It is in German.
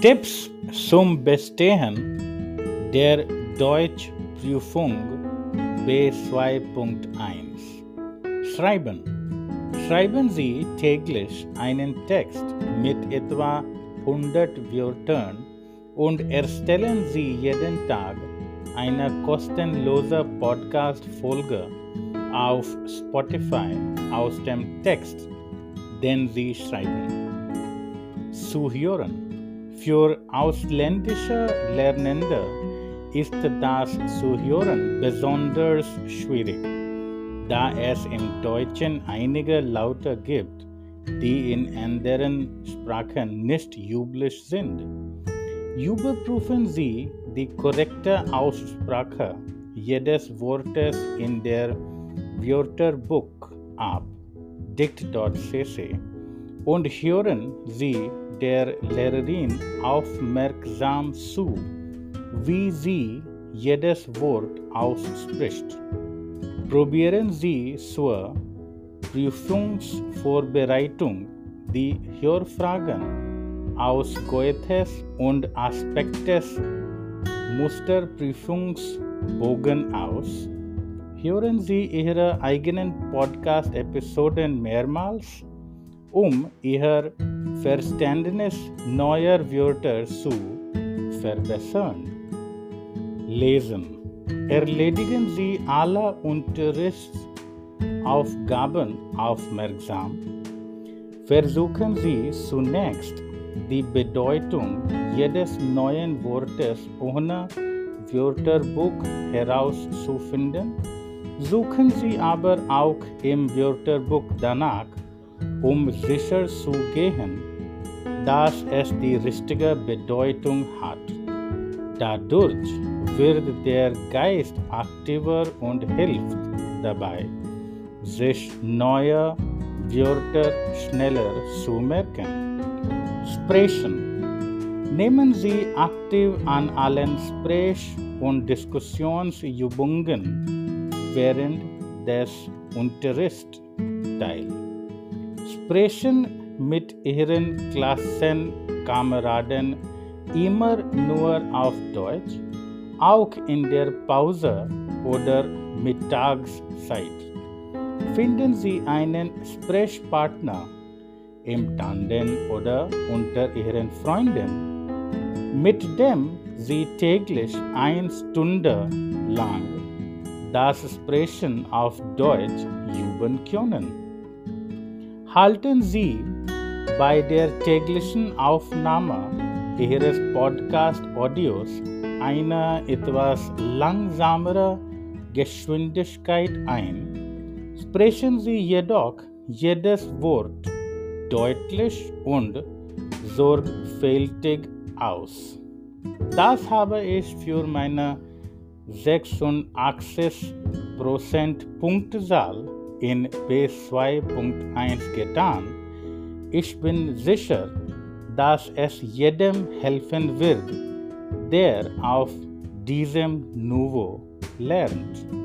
Tipps zum Bestehen der Deutschprüfung B2.1. Schreiben. Schreiben Sie täglich einen Text mit etwa 100 Wörtern und erstellen Sie jeden Tag eine kostenlose Podcast-Folge auf Spotify aus dem Text, den Sie schreiben. Zuhören. Für ausländische Lernende ist das Zuhören besonders schwierig, da es im Deutschen einige Laute gibt, die in anderen Sprachen nicht üblich sind. Überprüfen Sie die korrekte Aussprache jedes Wortes in der Wörterbuch-App dict.cc und hören Sie der Lehrerin aufmerksam zu, wie sie jedes Wort ausspricht. Probieren Sie zur Prüfungsvorbereitung die Hörfragen aus Goethes und Aspektes Musterprüfungsbogen aus. Hören Sie Ihre eigenen Podcast-Episoden mehrmals, um Ihr Verständnis neuer Wörter zu verbessern. Lesen. Erledigen Sie alle Unterrichtsaufgaben aufmerksam. Versuchen Sie zunächst die Bedeutung jedes neuen Wortes ohne Wörterbuch herauszufinden. Suchen Sie aber auch im Wörterbuch danach, um sicher zu gehen, dass es die richtige Bedeutung hat. Dadurch wird der Geist aktiver und hilft dabei, sich neue Wörter schneller zu merken. Sprechen. Nehmen Sie aktiv an allen Sprech- und Diskussionsübungen während des Unterrichts teil. Sprechen mit Ihren Klassenkameraden immer nur auf Deutsch, auch in der Pause oder Mittagszeit. Finden Sie einen Sprechpartner im Tandem oder unter Ihren Freunden, mit dem Sie täglich 1 Stunde lang das Sprechen auf Deutsch üben können. Halten Sie bei der täglichen Aufnahme Ihres Podcast-Audios eine etwas langsamere Geschwindigkeit ein. Sprechen Sie jedoch jedes Wort deutlich und sorgfältig aus. Das habe ich für meine 86% Punktezahl in B2.1 getan. Ich bin sicher, dass es jedem helfen wird, der auf diesem Niveau lernt.